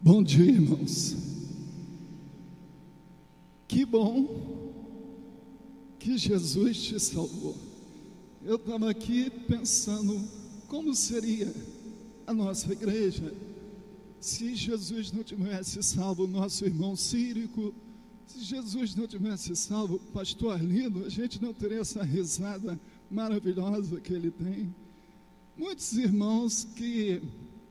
Bom dia, irmãos. Que bom que Jesus te salvou. Eu estava aqui pensando como seria a nossa igreja se Jesus não tivesse salvo o nosso irmão Círico, se Jesus não tivesse salvo o pastor Arlindo, a gente não teria essa risada maravilhosa que ele tem. Muitos irmãos que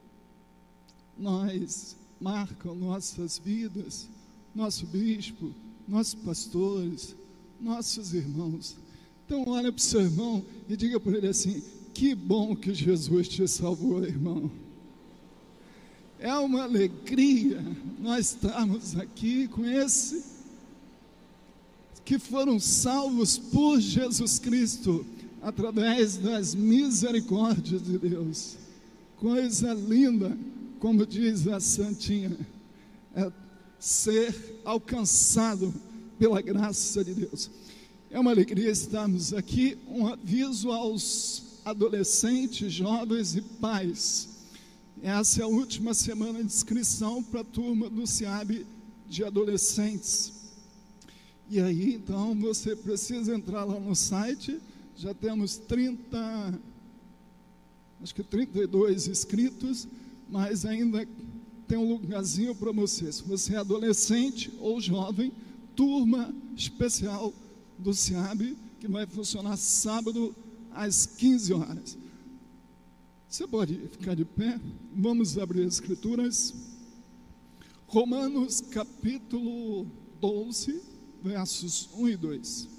nós marcam nossas vidas, nosso bispo, nossos pastores, nossos irmãos. Então olha para o seu irmão e diga para ele assim: que bom que Jesus te salvou, irmão. É uma alegria nós estarmos aqui com esse que foram salvos por Jesus Cristo através das misericórdias de Deus. Coisa linda, como diz a Santinha, é ser alcançado pela graça de Deus. É uma alegria estarmos aqui. Um aviso aos adolescentes, jovens e pais: essa é a última semana de inscrição para a turma do SEAB de adolescentes. E aí, então, você precisa entrar lá no site. Já temos 32 inscritos, mas ainda tem um lugarzinho para você. Se você é adolescente ou jovem, turma especial do SEAB, que vai funcionar sábado às 15 horas. Você pode ficar de pé? Vamos abrir as Escrituras. Romanos capítulo 12, versos 1 e 2.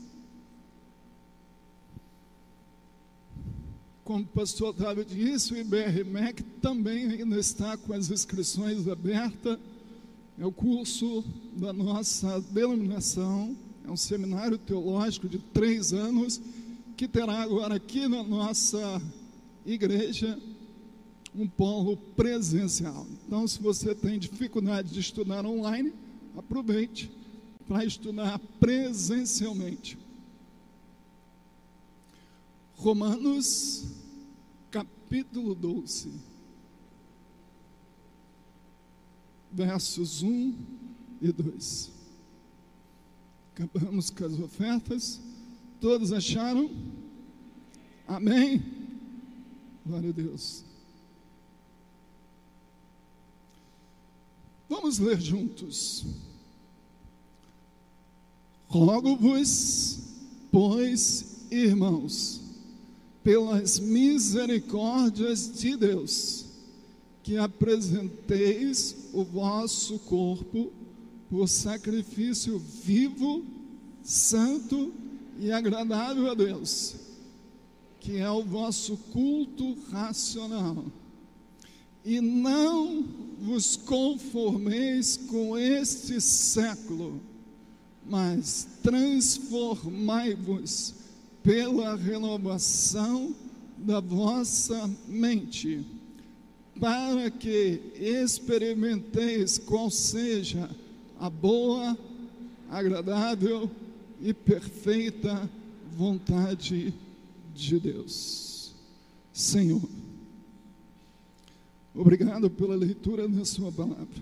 Como o pastor Otávio disse, o IBR-MEC também ainda está com as inscrições abertas. É o curso da nossa denominação, é um seminário teológico de 3 anos, que terá agora aqui na nossa igreja um polo presencial. Então, se você tem dificuldade de estudar online, aproveite para estudar presencialmente. Romanos capítulo 12, versos 1 e 2. Acabamos com as ofertas. Todos acharam? Amém? Glória a Deus. Vamos ler juntos. Rogo-vos, pois, irmãos, pelas misericórdias de Deus, que apresenteis o vosso corpo por sacrifício vivo, santo e agradável a Deus, que é o vosso culto racional. E não vos conformeis com este século, mas transformai-vos pela renovação da vossa mente, para que experimenteis qual seja a boa, agradável e perfeita vontade de Deus. Senhor, obrigado pela leitura da sua palavra.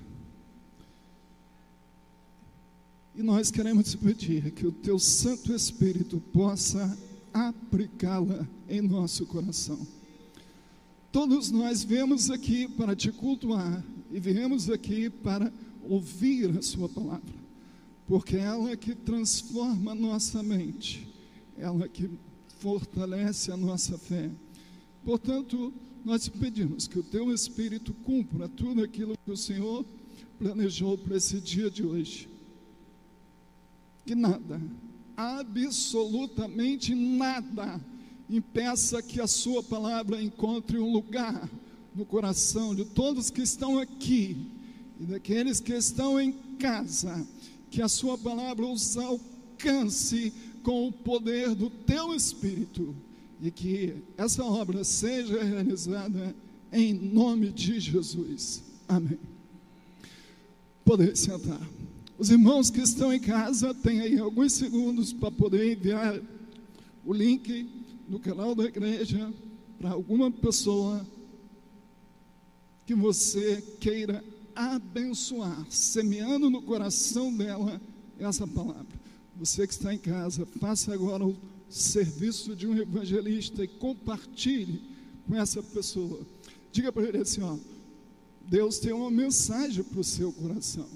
E nós queremos te pedir que o teu Santo Espírito possa aplicá-la em nosso coração. Todos nós viemos aqui para te cultuar e viemos aqui para ouvir a sua palavra, porque ela é que transforma a nossa mente, ela é que fortalece a nossa fé. Portanto, nós te pedimos que o teu Espírito cumpra tudo aquilo que o Senhor planejou para esse dia de hoje. Que nada, absolutamente nada, impeça que a sua palavra encontre um lugar no coração de todos que estão aqui e daqueles que estão em casa, que a sua palavra os alcance com o poder do teu Espírito e que essa obra seja realizada em nome de Jesus. Amém. Poder sentar. Os irmãos que estão em casa têm aí alguns segundos para poder enviar o link no canal da igreja para alguma pessoa que você queira abençoar, semeando no coração dela essa palavra. Você que está em casa, faça agora o serviço de um evangelista e compartilhe com essa pessoa. Diga para ele assim, ó, Deus tem uma mensagem para o seu coração.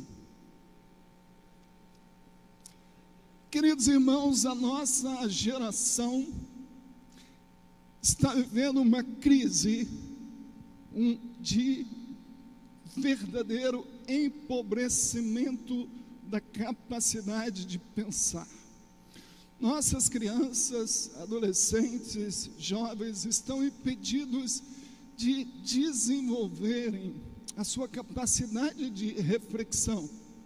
Queridos irmãos, a nossa geração está vivendo uma crise de verdadeiro empobrecimento da capacidade de pensar. Nossas crianças, adolescentes, jovens estão impedidos de desenvolverem a sua capacidade de reflexão.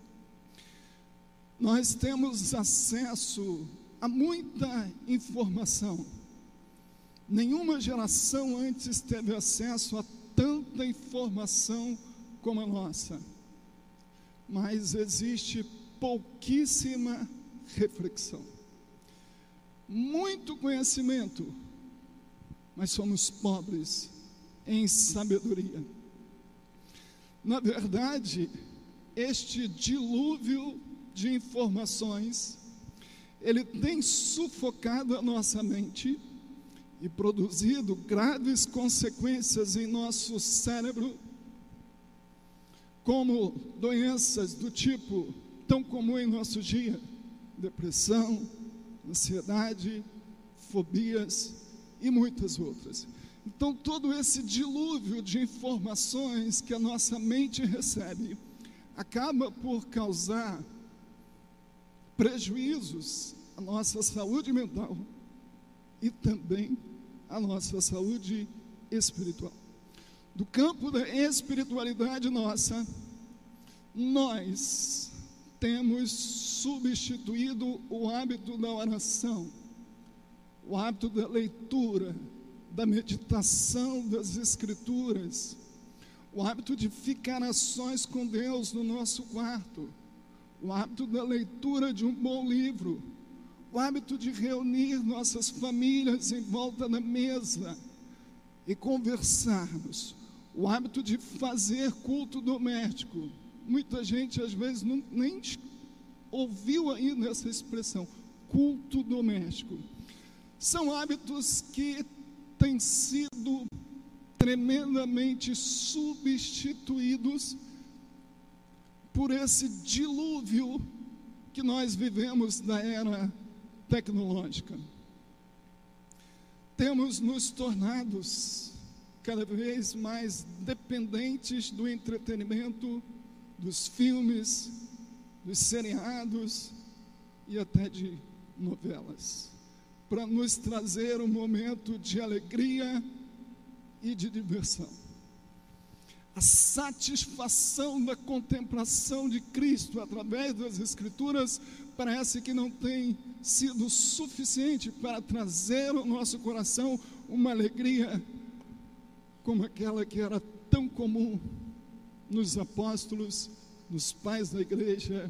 Nós temos acesso a muita informação. Nenhuma geração antes teve acesso a tanta informação como a nossa. Mas existe pouquíssima reflexão. Muito conhecimento, mas somos pobres em sabedoria. Na verdade, este dilúvio de informações, ele tem sufocado a nossa mente e produzido graves consequências em nosso cérebro, como doenças do tipo tão comum em nosso dia: depressão, ansiedade, fobias e muitas outras. Então, todo esse dilúvio de informações que a nossa mente recebe acaba por causar prejuízos à nossa saúde mental e também à nossa saúde espiritual. Do campo da espiritualidade nossa, nós temos substituído o hábito da oração, o hábito da leitura, da meditação das Escrituras, o hábito de ficar a sós com Deus no nosso quarto, o hábito da leitura de um bom livro, o hábito de reunir nossas famílias em volta da mesa e conversarmos, o hábito de fazer culto doméstico. Muita gente às vezes nem ouviu ainda essa expressão, culto doméstico. São hábitos que têm sido tremendamente substituídos por esse dilúvio que nós vivemos da era tecnológica. Temos nos tornado cada vez mais dependentes do entretenimento, dos filmes, dos seriados e até de novelas, para nos trazer um momento de alegria e de diversão. A satisfação da contemplação de Cristo através das Escrituras parece que não tem sido suficiente para trazer ao nosso coração uma alegria como aquela que era tão comum nos apóstolos, nos pais da igreja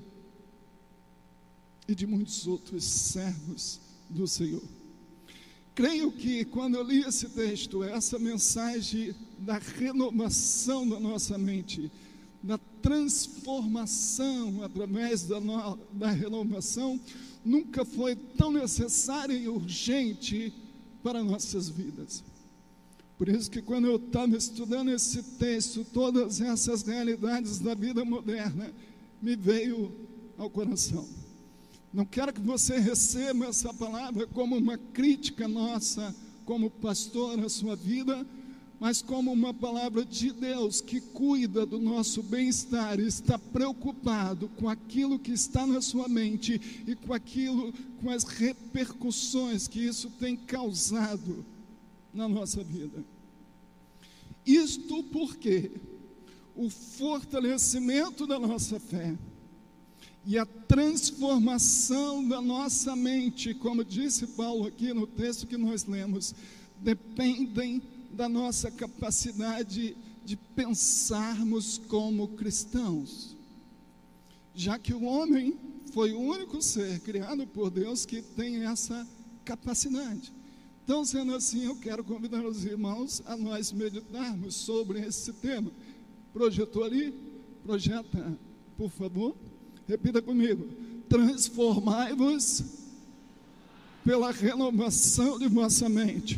e de muitos outros servos do Senhor. Creio que quando eu li esse texto, essa mensagem da renovação da nossa mente, da transformação através da renovação, nunca foi tão necessária e urgente para nossas vidas. Por isso que quando eu estava estudando esse texto, todas essas realidades da vida moderna me veio ao coração. Não quero que você receba essa palavra como uma crítica nossa, como pastor à sua vida, mas como uma palavra de Deus que cuida do nosso bem-estar, está preocupado com aquilo que está na sua mente e com as repercussões que isso tem causado na nossa vida. Isto porque o fortalecimento da nossa fé e a transformação da nossa mente, como disse Paulo aqui no texto que nós lemos, dependem da nossa capacidade de pensarmos como cristãos, já que o homem foi o único ser criado por Deus que tem essa capacidade. Então, sendo assim, eu quero convidar os irmãos a nós meditarmos sobre esse tema. Projetou ali? Projeta, por favor. Repita comigo. Transformai-vos pela renovação de vossa mente.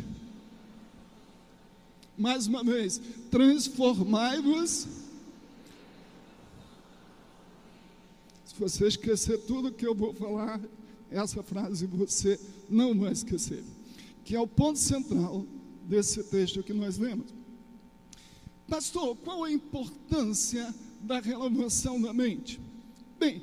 Mais uma vez. Transformai-vos. Se você esquecer tudo que eu vou falar, essa frase você não vai esquecer. Que é o ponto central desse texto que nós lemos. Pastor, qual a importância da renovação da mente? Bem,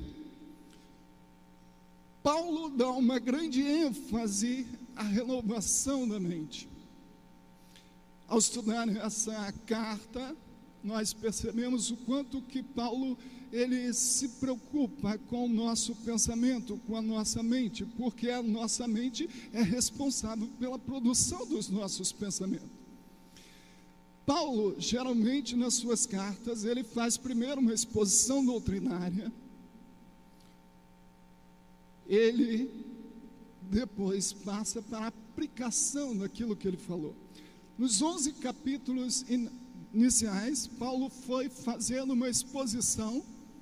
Paulo dá uma grande ênfase à renovação da mente. Ao estudar essa carta, nós percebemos o quanto que Paulo, ele se preocupa com o nosso pensamento, com a nossa mente, porque a nossa mente é responsável pela produção dos nossos pensamentos. Paulo, geralmente nas suas cartas, ele faz primeiro uma exposição doutrinária, ele depois passa para a aplicação daquilo que ele falou. Nos 11 capítulos iniciais, Paulo foi fazendo uma exposição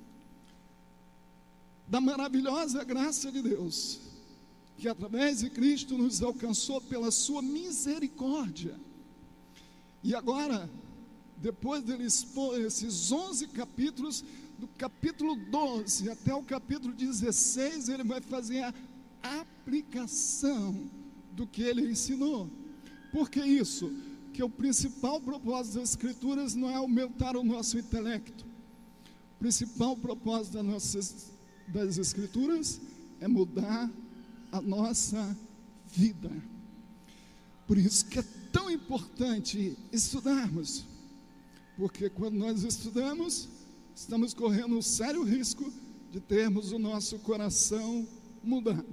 da maravilhosa graça de Deus, que através de Cristo nos alcançou pela sua misericórdia. E agora, depois dele expor esses 11 capítulos, do capítulo 12 até o capítulo 16, ele vai fazer a aplicação do que ele ensinou. Por que isso? Que o principal propósito das Escrituras não é aumentar o nosso intelecto. O principal propósito das Escrituras é mudar a nossa vida. Por isso que é tão importante estudarmos, porque quando nós estudamos, estamos correndo um sério risco de termos o nosso coração mudado.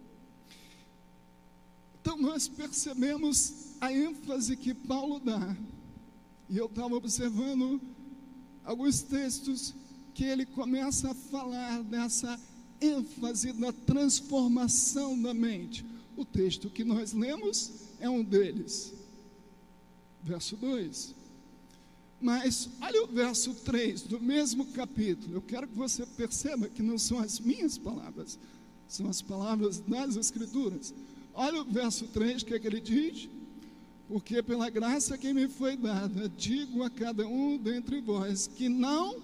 Então nós percebemos a ênfase que Paulo dá, e eu estava observando alguns textos que ele começa a falar dessa ênfase da transformação da mente. O texto que nós lemos é um deles, verso 2. Mas olha o verso 3 do mesmo capítulo. Eu quero que você perceba que não são as minhas palavras, são as palavras das Escrituras. Olha o verso 3, que é que ele diz? Porque pela graça que me foi dada, digo a cada um dentre vós, que não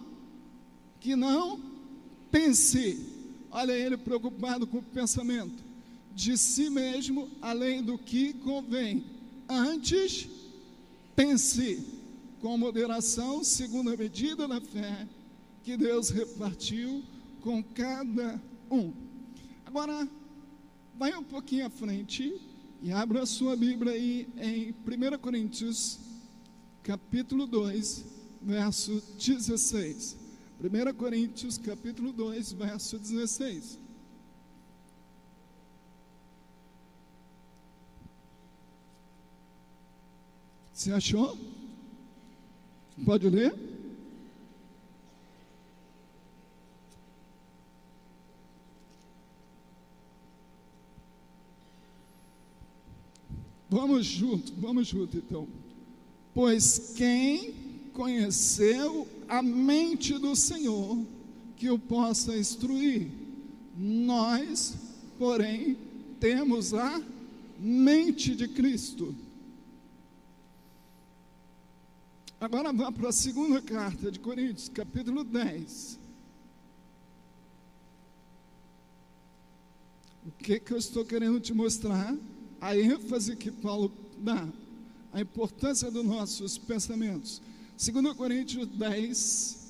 pense, olha ele preocupado com o pensamento, de si mesmo, além do que convém. Antes, pense com moderação, segundo a medida da fé que Deus repartiu com cada um. Agora, vai um pouquinho à frente e abra a sua Bíblia aí em 1 Coríntios, capítulo 2, verso 16. 1 Coríntios, capítulo 2, verso 16. Você achou? Pode ler? Vamos junto então. Pois quem conheceu a mente do Senhor que o possa instruir? Nós, porém, temos a mente de Cristo. Agora vá para a segunda carta de Coríntios, capítulo 10. O que eu estou querendo te mostrar? A ênfase que Paulo dá, a importância dos nossos pensamentos. 2 Coríntios 10,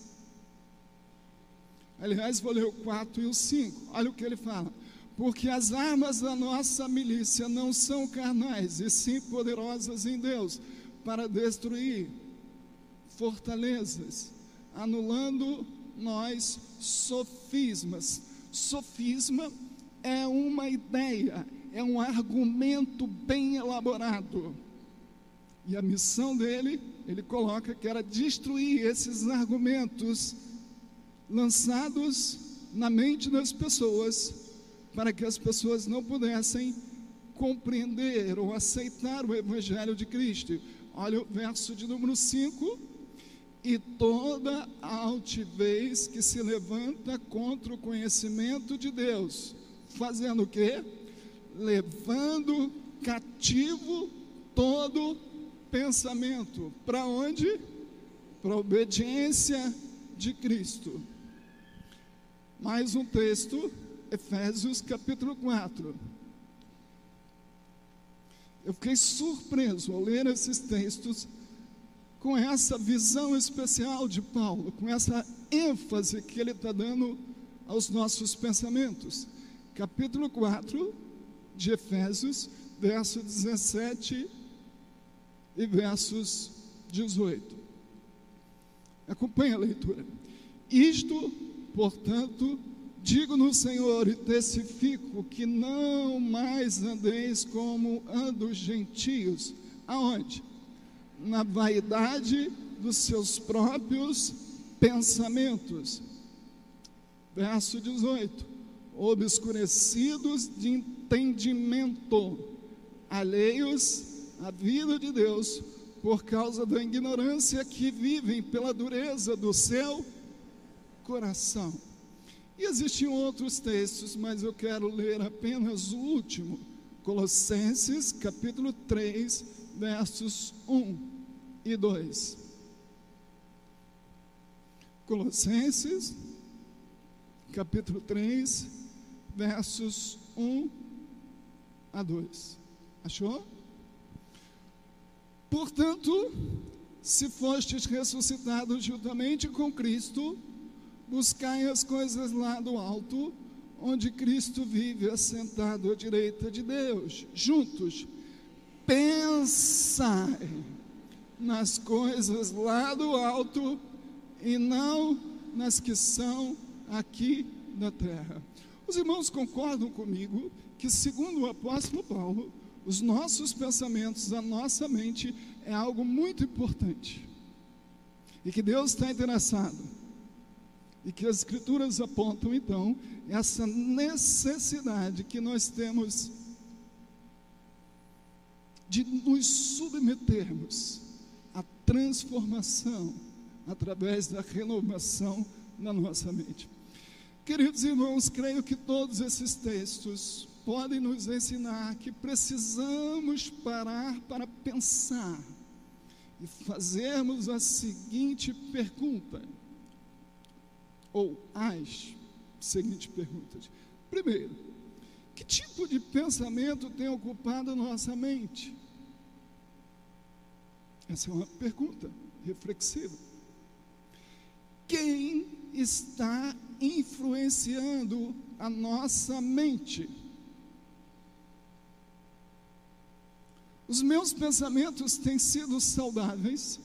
aliás, vou ler o 4 e o 5, olha o que ele fala. Porque as armas da nossa milícia não são carnais, e sim poderosas em Deus, para destruir fortalezas, anulando nós sofismas. Sofisma é uma ideia, é um argumento bem elaborado. E a missão dele, ele coloca que era destruir esses argumentos lançados na mente das pessoas, para que as pessoas não pudessem compreender ou aceitar o Evangelho de Cristo. Olha o verso de número 5. e toda a altivez que se levanta contra o conhecimento de Deus, fazendo o quê? Levando cativo todo pensamento. Para onde? Para a obediência de Cristo. Mais um texto, Efésios capítulo 4. Eu fiquei surpreso ao ler esses textos, com essa visão especial de Paulo, com essa ênfase que ele está dando aos nossos pensamentos. Capítulo 4 de Efésios, verso 17 e versos 18. Acompanhe a leitura. Isto, portanto, digo no Senhor e testifico que não mais andeis como andam os gentios. Aonde? Na vaidade dos seus próprios pensamentos. Verso 18. Obscurecidos de entendimento, alheios à vida de Deus, por causa da ignorância que vivem pela dureza do seu coração. E existiam outros textos, mas eu quero ler apenas o último, Colossenses capítulo 3, versos 1 e 2. Colossenses capítulo 3, versos 1 a 2. Achou? Portanto, se fostes ressuscitados juntamente com Cristo, buscai as coisas lá do alto, onde Cristo vive assentado à direita de Deus. Juntos, pensai nas coisas lá do alto e não nas que são aqui na terra. Os irmãos concordam comigo que, segundo o apóstolo Paulo, os nossos pensamentos, a nossa mente é algo muito importante e que Deus está interessado, e que as Escrituras apontam então essa necessidade que nós temos de nos submetermos à transformação através da renovação na nossa mente. Queridos irmãos, creio que todos esses textos podem nos ensinar que precisamos parar para pensar e fazermos a seguinte pergunta, ou as seguintes perguntas. Primeiro, que tipo de pensamento tem ocupado a nossa mente? Essa é uma pergunta reflexiva. Quem está influenciando a nossa mente? Os meus pensamentos têm sido saudáveis?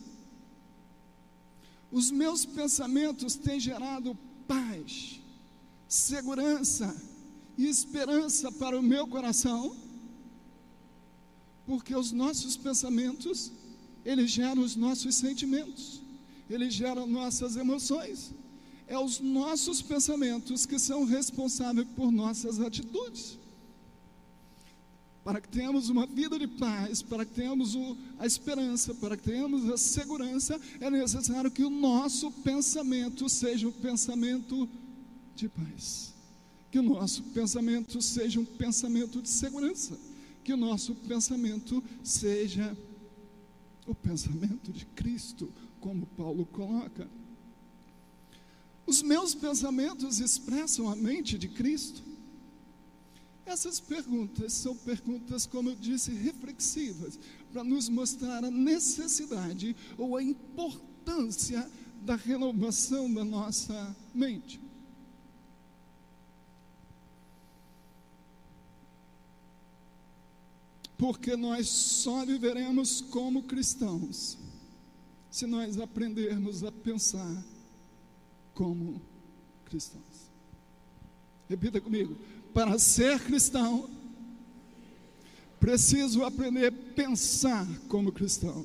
Os meus pensamentos têm gerado paz, segurança e esperança para o meu coração? Porque os nossos pensamentos, eles geram os nossos sentimentos, eles geram nossas emoções. É os nossos pensamentos que são responsáveis por nossas atitudes. Para que tenhamos uma vida de paz, para que tenhamos a esperança, para que tenhamos a segurança, é necessário que o nosso pensamento seja um pensamento de paz, que o nosso pensamento seja um pensamento de segurança, que o nosso pensamento seja o pensamento de Cristo, como Paulo coloca. Os meus pensamentos expressam a mente de Cristo? Essas perguntas são perguntas, como eu disse, reflexivas, para nos mostrar a necessidade ou a importância da renovação da nossa mente. Porque nós só viveremos como cristãos se nós aprendermos a pensar como cristãos. Repita comigo. Para ser cristão, preciso aprender a pensar como cristão.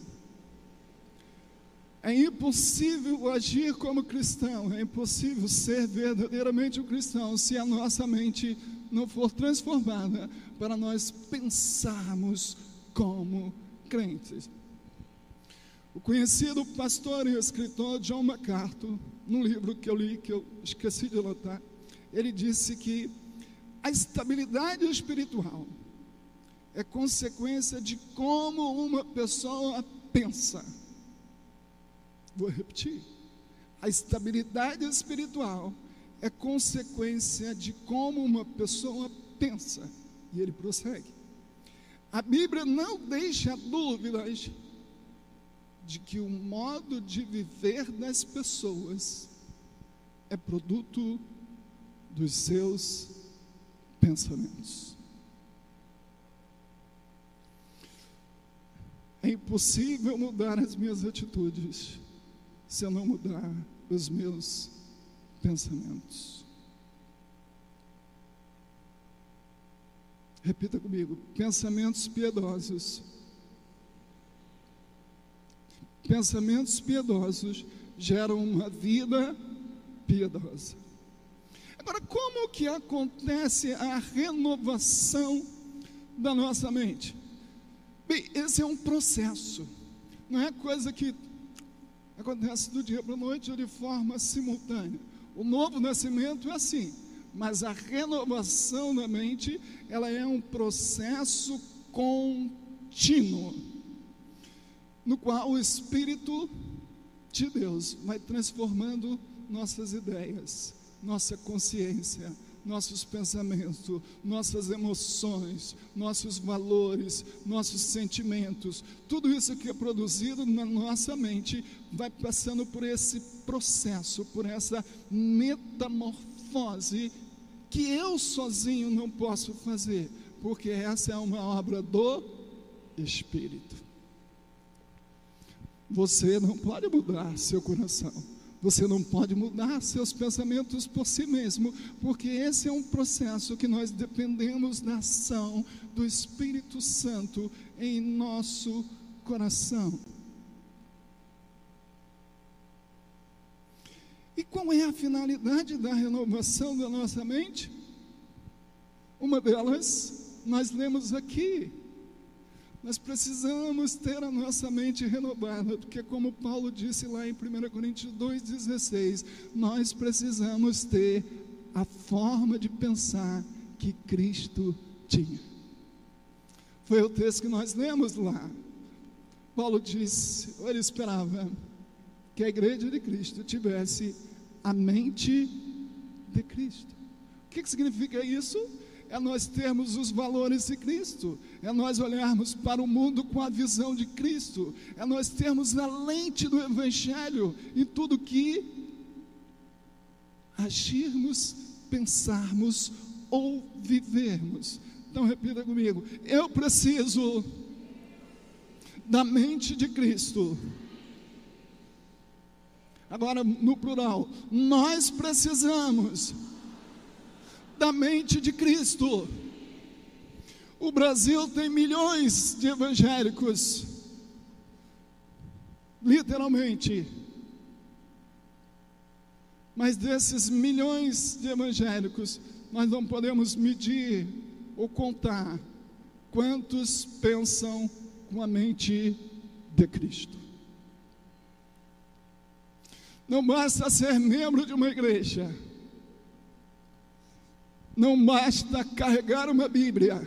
É impossível agir como cristão, é impossível ser verdadeiramente um cristão se a nossa mente não for transformada para nós pensarmos como crentes. O conhecido pastor e escritor John MacArthur, num livro que eu li, que eu esqueci de anotar, ele disse que a estabilidade espiritual é consequência de como uma pessoa pensa. Vou repetir. A estabilidade espiritual é consequência de como uma pessoa pensa. E ele prossegue. A Bíblia não deixa dúvidas de que o modo de viver das pessoas é produto dos seus pensamentos. É impossível mudar as minhas atitudes se eu não mudar os meus pensamentos. Repita comigo: pensamentos piedosos. Pensamentos piedosos geram uma vida piedosa. Agora, como que acontece a renovação da nossa mente? Bem, esse é um processo, não é coisa que acontece do dia para a noite ou de forma simultânea. O novo nascimento é assim, mas a renovação da mente, ela é um processo contínuo, no qual o Espírito de Deus vai transformando nossas ideias, nossa consciência, nossos pensamentos, nossas emoções, nossos valores, nossos sentimentos. Tudo isso que é produzido na nossa mente vai passando por esse processo, por essa metamorfose que eu sozinho não posso fazer, porque essa é uma obra do Espírito. Você não pode mudar seu coração, você não pode mudar seus pensamentos por si mesmo, porque esse é um processo que nós dependemos da ação do Espírito Santo em nosso coração. E qual é a finalidade da renovação da nossa mente? Uma delas, nós lemos aqui. Nós precisamos ter a nossa mente renovada, porque como Paulo disse lá em 1 Coríntios 2,16, nós precisamos ter a forma de pensar que Cristo tinha. Foi o texto que nós lemos lá. Paulo disse, ou ele esperava, que a igreja de Cristo tivesse a mente de Cristo. O que significa isso? É nós termos os valores de Cristo, é nós olharmos para o mundo com a visão de Cristo, é nós termos a lente do Evangelho em tudo que agirmos, pensarmos ou vivermos. Então repita comigo: eu preciso da mente de Cristo. Agora no plural, nós precisamos da mente de Cristo. O Brasil tem milhões de evangélicos, literalmente, mas desses milhões de evangélicos, nós não podemos medir ou contar quantos pensam com a mente de Cristo. Não basta ser membro de uma igreja, não basta carregar uma Bíblia.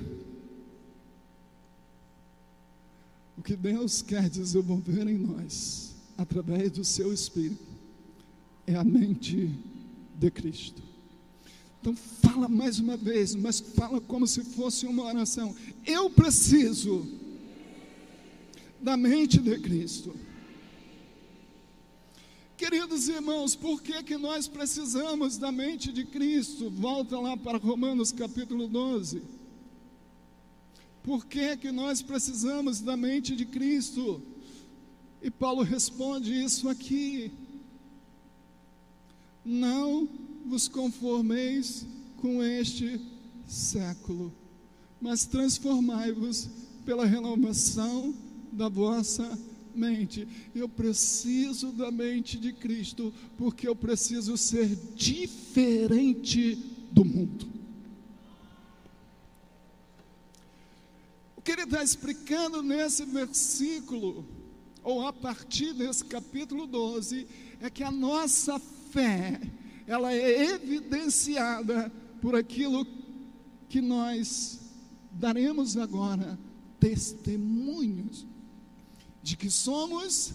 O que Deus quer desenvolver em nós, através do seu Espírito, é a mente de Cristo. Então fala mais uma vez, mas fala como se fosse uma oração: eu preciso da mente de Cristo. Queridos irmãos, por que nós precisamos da mente de Cristo? Volta lá para Romanos capítulo 12. Por que nós precisamos da mente de Cristo? E Paulo responde isso aqui: não vos conformeis com este século, mas transformai-vos pela renovação da vossa mente. Eu preciso da mente de Cristo, porque eu preciso ser diferente do mundo. O que ele está explicando nesse versículo ou a partir desse capítulo 12, é que a nossa fé, ela é evidenciada por aquilo que nós daremos agora testemunhos de que somos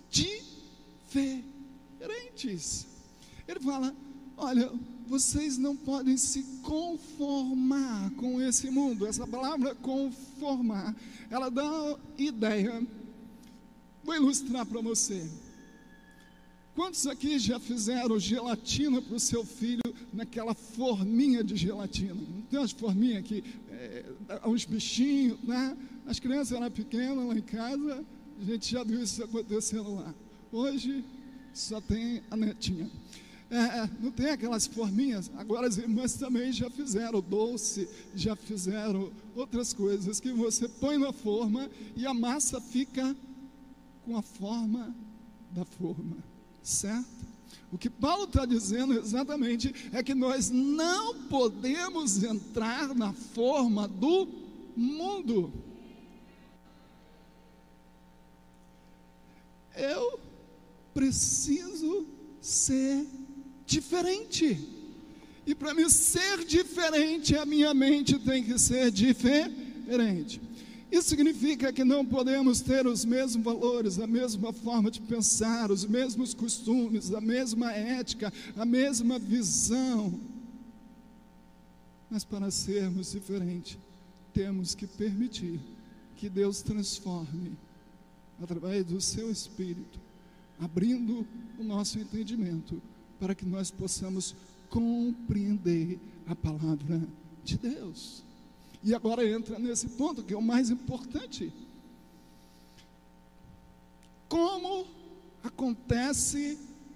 diferentes. Ele fala: olha, vocês não podem se conformar com esse mundo. Essa palavra conformar, ela dá a ideia. Vou ilustrar para você. Quantos aqui já fizeram gelatina para o seu filho naquela forminha de gelatina? Não tem umas forminhas aqui, uns bichinhos, né? As crianças eram pequenas lá em casa, a gente já viu isso acontecendo lá. Hoje só tem a netinha. Não tem aquelas forminhas? Agora as irmãs também já fizeram doce, já fizeram outras coisas que você põe na forma e a massa fica com a forma da forma, certo? O que Paulo está dizendo exatamente é que nós não podemos entrar na forma do mundo. Eu preciso ser diferente. E para mim ser diferente, a minha mente tem que ser diferente. Isso significa que não podemos ter os mesmos valores, a mesma forma de pensar, os mesmos costumes, a mesma ética, a mesma visão. Mas para sermos diferentes, temos que permitir que Deus transforme através do seu Espírito, abrindo o nosso entendimento, para que nós possamos compreender a palavra de Deus. E agora entra nesse ponto que é o mais importante. Como acontece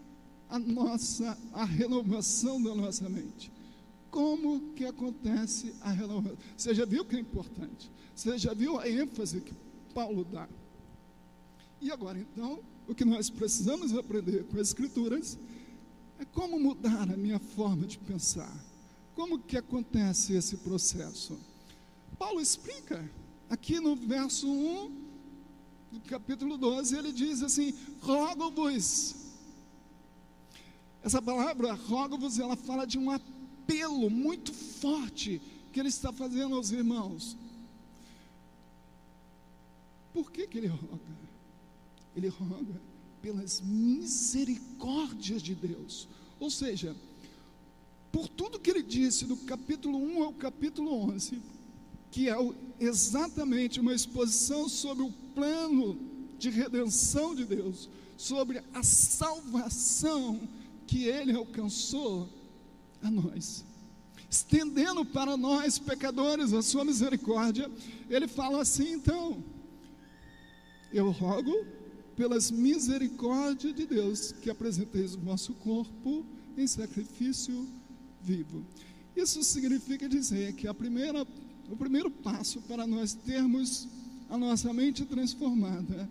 a renovação da nossa mente? Como que acontece a renovação? Você já viu que é importante? Você já viu a ênfase que Paulo dá? E agora então, o que nós precisamos aprender com as Escrituras é como mudar a minha forma de pensar. Como que acontece esse processo? Paulo explica, aqui no verso 1 do capítulo 12, ele diz assim: rogo-vos. Essa palavra, rogo-vos, ela fala de um apelo muito forte que ele está fazendo aos irmãos. Por que ele roga? Ele roga pelas misericórdias de Deus. Ou seja, por tudo que ele disse do capítulo 1 ao capítulo 11, que é exatamente uma exposição sobre o plano de redenção de Deus, sobre a salvação que Ele alcançou a nós, estendendo para nós, pecadores, a sua misericórdia. Ele fala assim: então, eu rogo pelas misericórdias de Deus, que apresenteis o vosso corpo em sacrifício vivo. Isso significa dizer que o primeiro passo para nós termos a nossa mente transformada,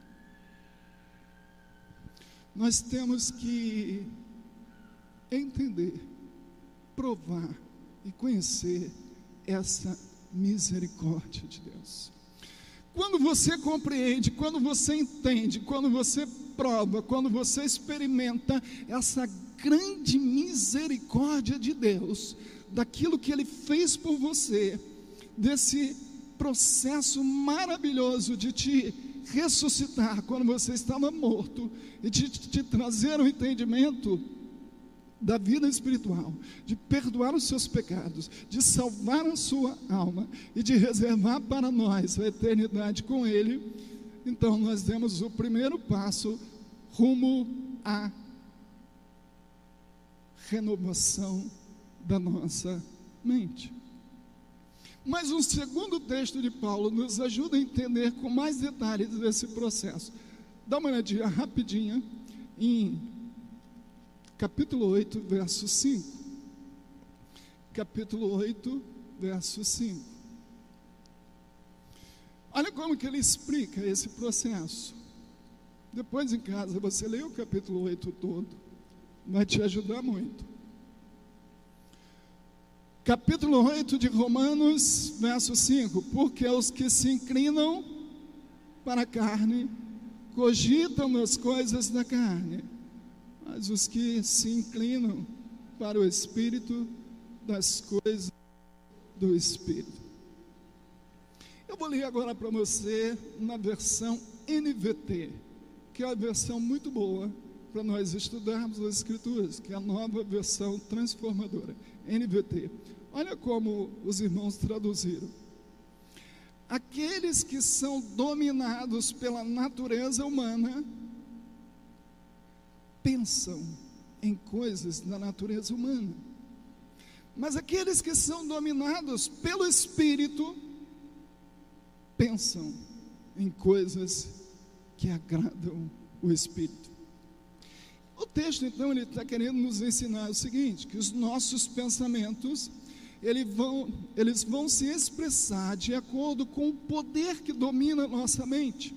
nós temos que entender, provar e conhecer essa misericórdia de Deus. Quando você compreende, quando você entende, quando você prova, quando você experimenta essa grande misericórdia de Deus, daquilo que Ele fez por você, desse processo maravilhoso de te ressuscitar quando você estava morto, e de te trazer um entendimento da vida espiritual, de perdoar os seus pecados, de salvar a sua alma e de reservar para nós a eternidade com Ele. Então nós demos o primeiro passo rumo à renovação da nossa mente. Mas um segundo texto de Paulo nos ajuda a entender com mais detalhes esse processo. Dá uma olhadinha rapidinha em capítulo 8, verso 5. Capítulo 8, verso 5. Olha como que ele explica esse processo. Depois em casa você lê o capítulo 8 todo, vai te ajudar muito. Capítulo 8 de Romanos, verso 5. Porque os que se inclinam para a carne cogitam nas coisas da carne, mas os que se inclinam para o Espírito, das coisas do Espírito. Eu vou ler agora para você na versão NVT, que é uma versão muito boa para nós estudarmos as Escrituras, que é a nova versão transformadora, NVT. Olha como os irmãos traduziram: aqueles que são dominados pela natureza humana pensam em coisas da natureza humana, mas aqueles que são dominados pelo Espírito pensam em coisas que agradam o Espírito. O texto, então, ele está querendo nos ensinar o seguinte: que os nossos pensamentos, eles vão se expressar de acordo com o poder que domina a nossa mente.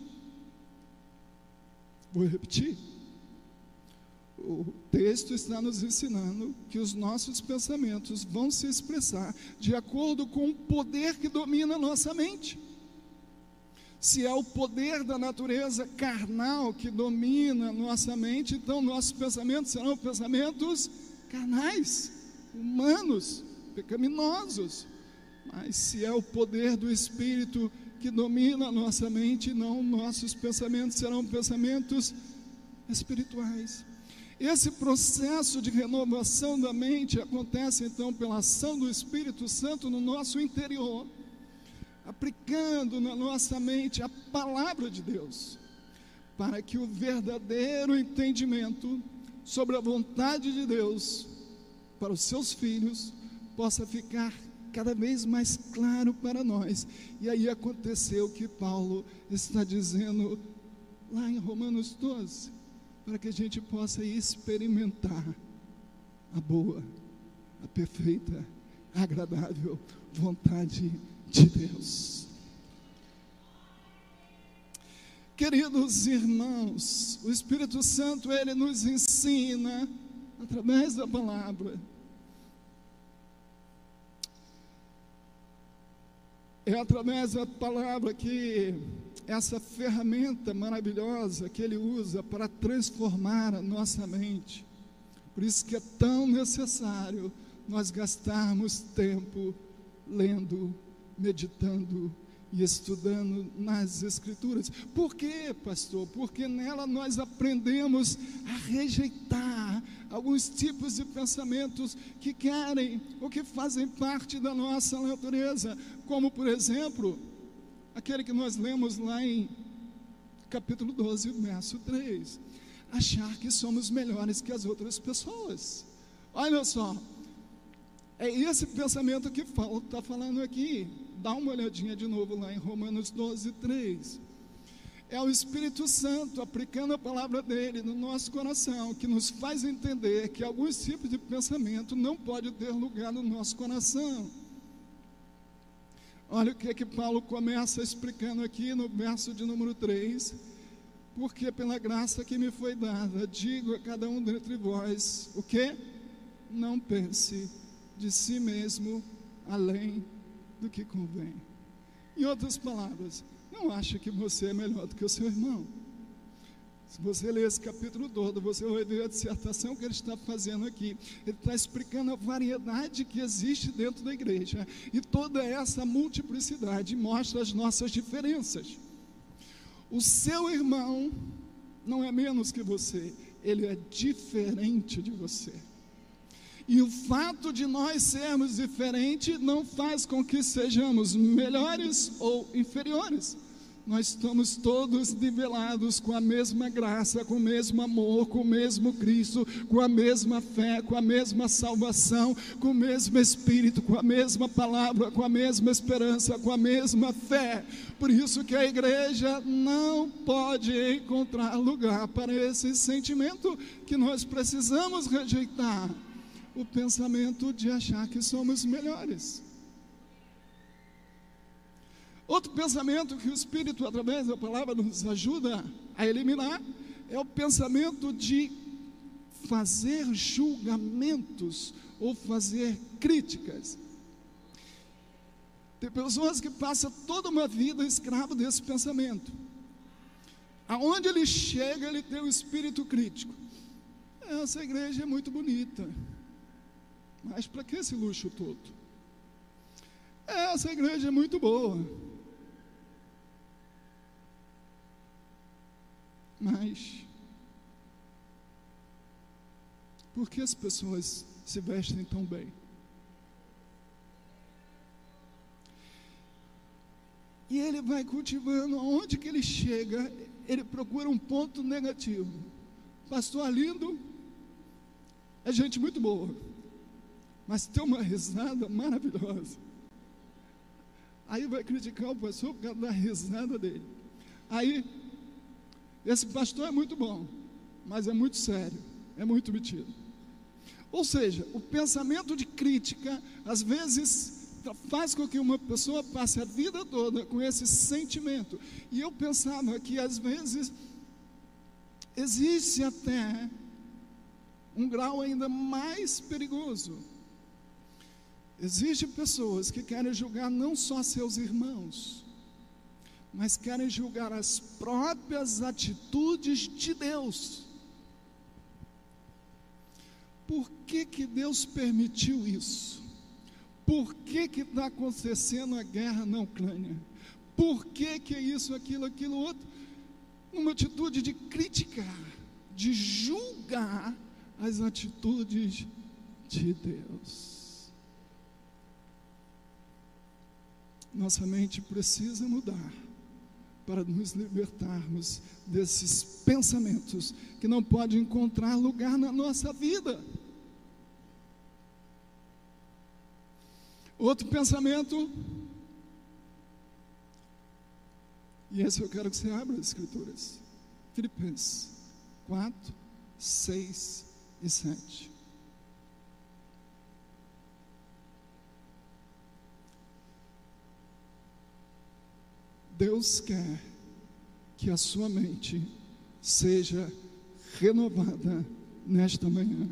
Vou repetir. O texto está nos ensinando que os nossos pensamentos vão se expressar de acordo com o poder que domina a nossa mente. Se é o poder da natureza carnal que domina a nossa mente, então nossos pensamentos serão pensamentos carnais, humanos, pecaminosos. Mas se é o poder do Espírito que domina a nossa mente, não, nossos pensamentos serão pensamentos espirituais. Esse processo de renovação da mente acontece então pela ação do Espírito Santo no nosso interior, aplicando na nossa mente a palavra de Deus, para que o verdadeiro entendimento sobre a vontade de Deus para os seus filhos possa ficar cada vez mais claro para nós. E aí aconteceu o que Paulo está dizendo lá em Romanos 12, para que a gente possa experimentar a boa, a perfeita, a agradável vontade de Deus. Queridos irmãos, o Espírito Santo, ele nos ensina através da palavra. É através da palavra que essa ferramenta maravilhosa que ele usa para transformar a nossa mente. Por isso que é tão necessário nós gastarmos tempo lendo, meditando e estudando nas Escrituras. Por quê, pastor? Porque nela nós aprendemos a rejeitar alguns tipos de pensamentos que querem ou que fazem parte da nossa natureza, como por exemplo, aquele que nós lemos lá em capítulo 12, verso 3, achar que somos melhores que as outras pessoas. Olha só, é esse pensamento que Paulo está falando aqui. Dá uma olhadinha de novo lá em Romanos 12, 3. É o Espírito Santo aplicando a palavra dele no nosso coração, que nos faz entender que alguns tipos de pensamento não pode ter lugar no nosso coração. Olha o que é que Paulo começa explicando aqui no verso de número 3. Porque pela graça que me foi dada, digo a cada um dentre vós, o quê? Não pense de si mesmo além do que convém. Em outras palavras, não acha que você é melhor do que o seu irmão. Se você ler esse capítulo todo, você vai ver a dissertação que ele está fazendo aqui. Ele está explicando a variedade que existe dentro da igreja, e toda essa multiplicidade mostra as nossas diferenças. O seu irmão não é menos que você, ele é diferente de você. E o fato de nós sermos diferentes não faz com que sejamos melhores ou inferiores. Nós estamos todos nivelados com a mesma graça, com o mesmo amor, com o mesmo Cristo, com a mesma fé, com a mesma salvação, com o mesmo Espírito, com a mesma palavra, com a mesma esperança, com a mesma fé. Por isso que a igreja não pode encontrar lugar para esse sentimento que nós precisamos rejeitar. O pensamento de achar que somos melhores. Outro pensamento que o Espírito, através da palavra, nos ajuda a eliminar, é o pensamento de fazer julgamentos ou fazer críticas. Tem pessoas que passam toda uma vida escravo desse pensamento. aonde ele chega, ele tem um espírito crítico. Essa igreja é muito bonita, mas para que esse luxo todo? Essa igreja é muito boa, mas por que as pessoas se vestem tão bem? E ele vai cultivando, aonde que ele chega, ele procura um ponto negativo. Pastor Arlindo é gente muito boa, mas tem uma risada maravilhosa. Aí vai criticar o pastor por causa da risada dele. Aí, esse pastor é muito bom, mas é muito sério, é muito metido. Ou seja, o pensamento de crítica, às vezes, faz com que uma pessoa passe a vida toda com esse sentimento. E eu pensava que, às vezes, existe até um grau ainda mais perigoso. Existem pessoas que querem julgar não só seus irmãos, mas querem julgar as próprias atitudes de Deus. Por que que Deus permitiu isso? Por que que está acontecendo a guerra na Ucrânia? Por que que é isso, aquilo outro? Uma atitude de criticar, de julgar as atitudes de Deus. Nossa mente precisa mudar para nos libertarmos desses pensamentos que não podem encontrar lugar na nossa vida. Outro pensamento, e esse eu quero que você abra as Escrituras, Filipenses 4, 6 e 7. Deus quer que a sua mente seja renovada nesta manhã.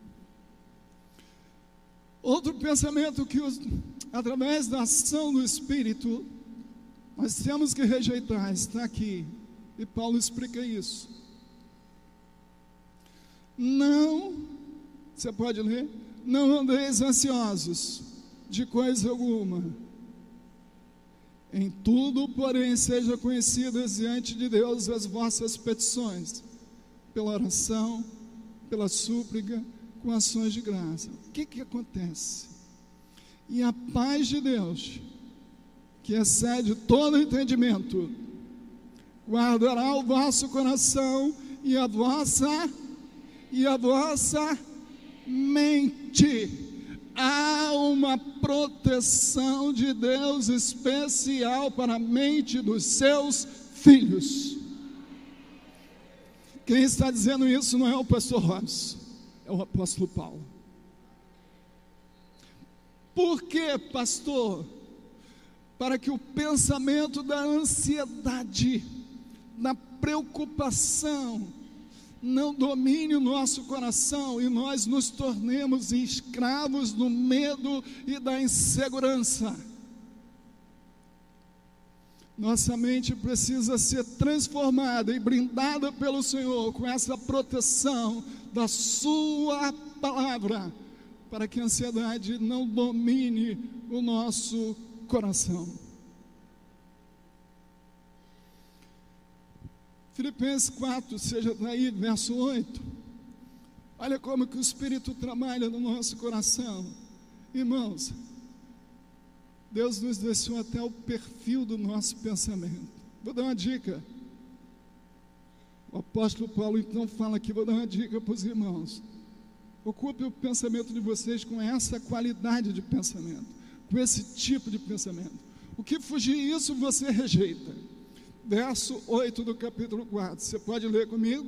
Outro pensamento que, através da ação do Espírito, nós temos que rejeitar, está aqui, e Paulo explica isso. Não, você pode ler, não andeis ansiosos de coisa alguma. Em tudo, porém, sejam conhecidas diante de Deus as vossas petições, pela oração, pela súplica, com ações de graça. O que acontece? E a paz de Deus, que excede todo entendimento, guardará o vosso coração e a vossa mente. Há uma proteção de Deus especial para a mente dos seus filhos. Quem está dizendo isso não é o pastor Robson, é o apóstolo Paulo. Por quê, pastor? Para que o pensamento da ansiedade, da preocupação, não domine o nosso coração e nós nos tornemos escravos do medo e da insegurança. Nossa mente precisa ser transformada e blindada pelo Senhor com essa proteção da sua palavra, para que a ansiedade não domine o nosso coração. Filipenses 4, seja daí, verso 8. Olha como que o Espírito trabalha no nosso coração. Irmãos, Deus nos deixou até o perfil do nosso pensamento. Vou dar uma dica. O apóstolo Paulo então fala aqui, vou dar uma dica para os irmãos. Ocupe o pensamento de vocês com essa qualidade de pensamento, com esse tipo de pensamento. O que fugir isso, você rejeita. Verso 8 do capítulo 4, você pode ler comigo?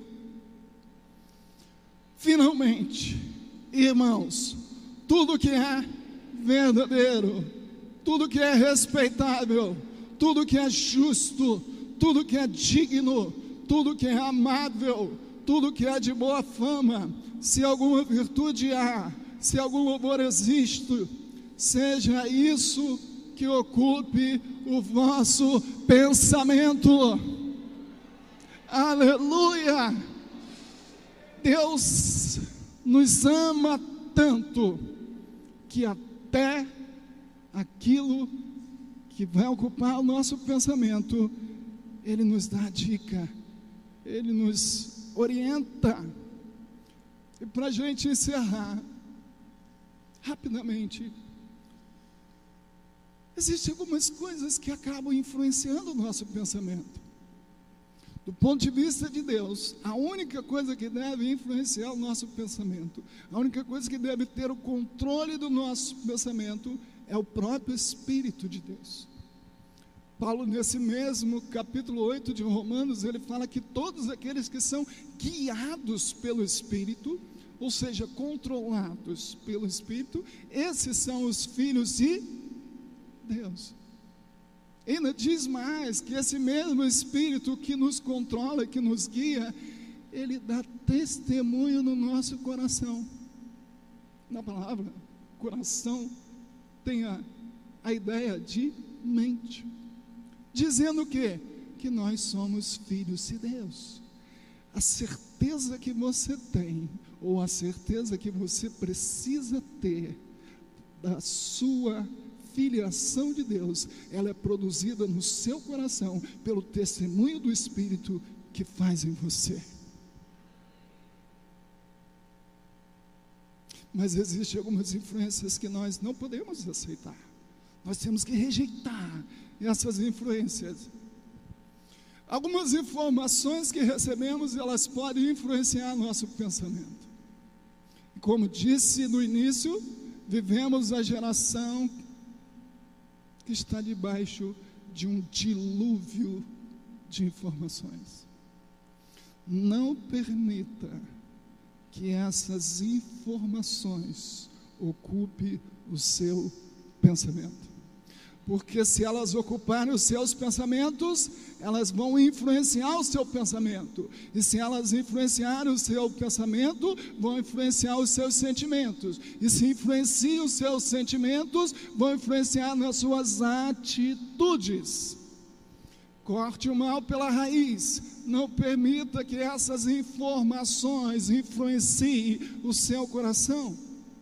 Finalmente, irmãos, tudo que é verdadeiro, tudo que é respeitável, tudo que é justo, tudo que é digno, tudo que é amável, tudo que é de boa fama, se alguma virtude há, se algum louvor existe, seja isso que ocupe o vosso pensamento. Aleluia! Deus nos ama tanto que até aquilo que vai ocupar o nosso pensamento, Ele nos dá a dica, Ele nos orienta. E para a gente encerrar, rapidamente, existem algumas coisas que acabam influenciando o nosso pensamento. Do ponto de vista de Deus, a única coisa que deve influenciar o nosso pensamento, a única coisa que deve ter o controle do nosso pensamento, é o próprio Espírito de Deus. Paulo, nesse mesmo capítulo 8 de Romanos, ele fala que todos aqueles que são guiados pelo Espírito, ou seja, controlados pelo Espírito, esses são os filhos de Deus. Ainda diz mais que esse mesmo Espírito que nos controla, que nos guia, ele dá testemunho no nosso coração. Na palavra coração tem a ideia de mente, dizendo o quê? Que nós somos filhos de Deus. A certeza que você tem, ou a certeza que você precisa ter da sua filiação de Deus, ela é produzida no seu coração pelo testemunho do Espírito que faz em você. Mas existem algumas influências que nós não podemos aceitar. Nós temos que rejeitar essas influências. Algumas informações que recebemos, elas podem influenciar nosso pensamento. Como disse no início, vivemos a geração que está debaixo de um dilúvio de informações. Não permita que essas informações ocupem o seu pensamento, porque se elas ocuparem os seus pensamentos, elas vão influenciar o seu pensamento, e se elas influenciarem o seu pensamento, vão influenciar os seus sentimentos, e se influenciam os seus sentimentos, vão influenciar nas suas atitudes. Corte o mal pela raiz, não permita que essas informações influenciem o seu coração.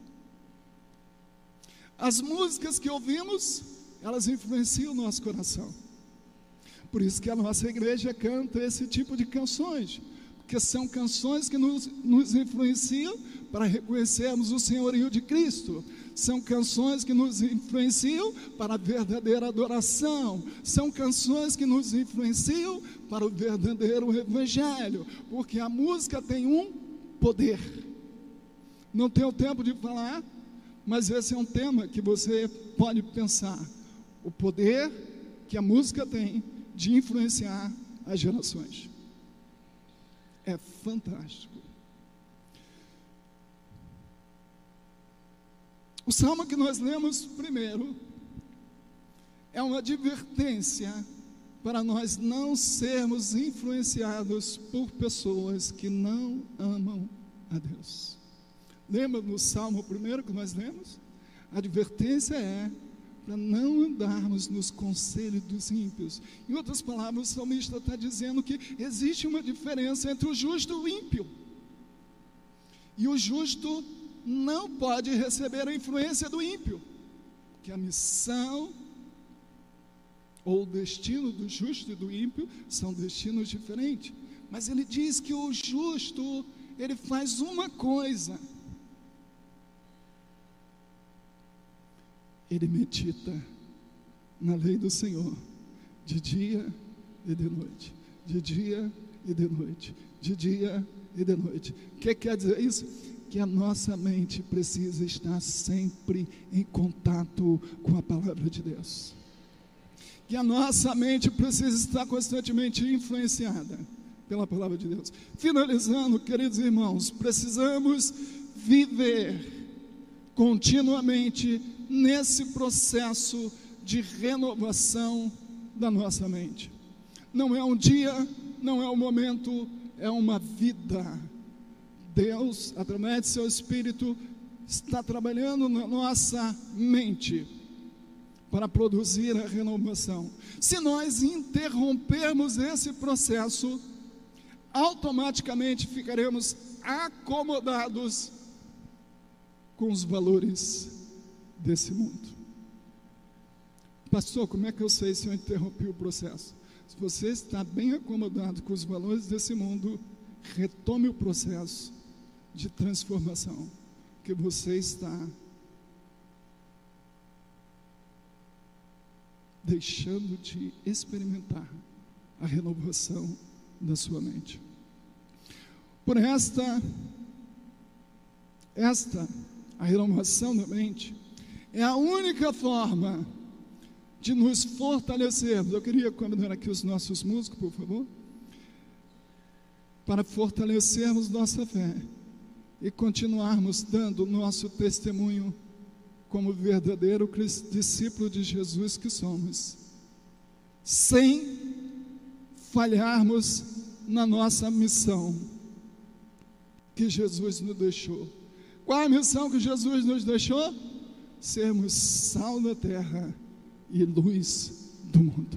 As músicas que ouvimos, elas influenciam o nosso coração. Por isso que a nossa igreja canta esse tipo de canções, porque são canções que nos influenciam para reconhecermos o senhorio de Cristo. São canções que nos influenciam para a verdadeira adoração. São canções que nos influenciam para o verdadeiro evangelho, porque a música tem um poder. Não tenho tempo de falar, mas esse é um tema que você pode pensar. O poder que a música tem de influenciar as gerações. É fantástico. O salmo que nós lemos primeiro é uma advertência para nós não sermos influenciados por pessoas que não amam a Deus. Lembra no salmo primeiro que nós lemos? A advertência é para não andarmos nos conselhos dos ímpios. Em outras palavras, o salmista está dizendo que existe uma diferença entre o justo e o ímpio. E o justo não pode receber a influência do ímpio, porque a missão ou o destino do justo e do ímpio são destinos diferentes. Mas ele diz que o justo, ele faz uma coisa: ele medita na lei do Senhor, de dia e de noite, de dia e de noite, de dia e de noite. O que quer dizer isso? Que a nossa mente precisa estar sempre em contato com a palavra de Deus, que a nossa mente precisa estar constantemente influenciada pela palavra de Deus. Finalizando, queridos irmãos, precisamos viver continuamente nesse processo de renovação da nossa mente. Não é um dia, não é um momento, é uma vida. Deus, através de seu Espírito, está trabalhando na nossa mente para produzir a renovação. Se nós interrompermos esse processo, automaticamente ficaremos acomodados com os valores desse mundo. Pastor, como é que eu sei se eu interrompi o processo? Se você está bem acomodado com os valores desse mundo, retome o processo de transformação que você está deixando de experimentar a renovação da sua mente. Por a renovação da mente é a única forma de nos fortalecermos. Eu queria convidar aqui os nossos músicos, por favor, para fortalecermos nossa fé e continuarmos dando o nosso testemunho como verdadeiro discípulo de Jesus que somos, sem falharmos na nossa missão que Jesus nos deixou. Qual a missão que Jesus nos deixou? Sermos sal da terra e luz do mundo.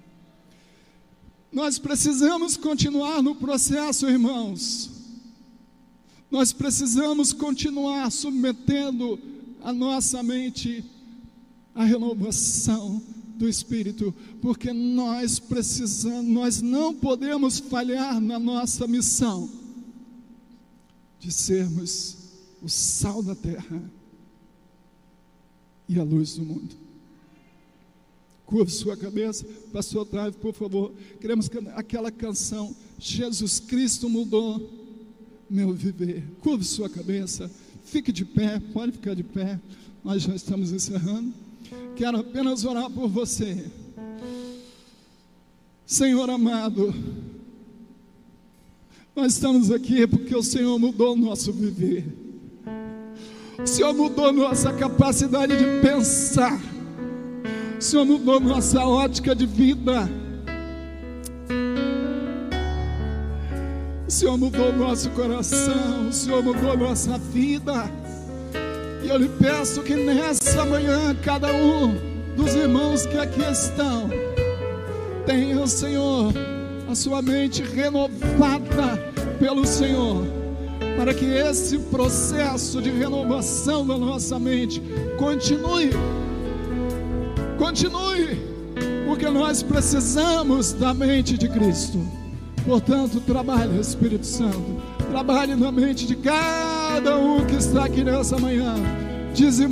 Nós precisamos continuar no processo, irmãos. Nós precisamos continuar submetendo a nossa mente à renovação do Espírito, porque nós não podemos falhar na nossa missão de sermos o sal da terra e a luz do mundo. Curva sua cabeça, pastor Otávio, por favor. Queremos cantar aquela canção, Jesus Cristo mudou meu viver. Curva sua cabeça, fique de pé, pode ficar de pé, nós já estamos encerrando. Quero apenas orar por você. Senhor amado, nós estamos aqui porque o Senhor mudou o nosso viver. O Senhor mudou nossa capacidade de pensar. O Senhor mudou nossa ótica de vida. O Senhor mudou nosso coração. O Senhor mudou nossa vida. E eu lhe peço que nessa manhã, cada um dos irmãos que aqui estão tenha, Senhor, a sua mente renovada pelo Senhor, para que esse processo de renovação da nossa mente continue, porque nós precisamos da mente de Cristo. Portanto, trabalhe, Espírito Santo, trabalhe na mente de cada um que está aqui nessa manhã.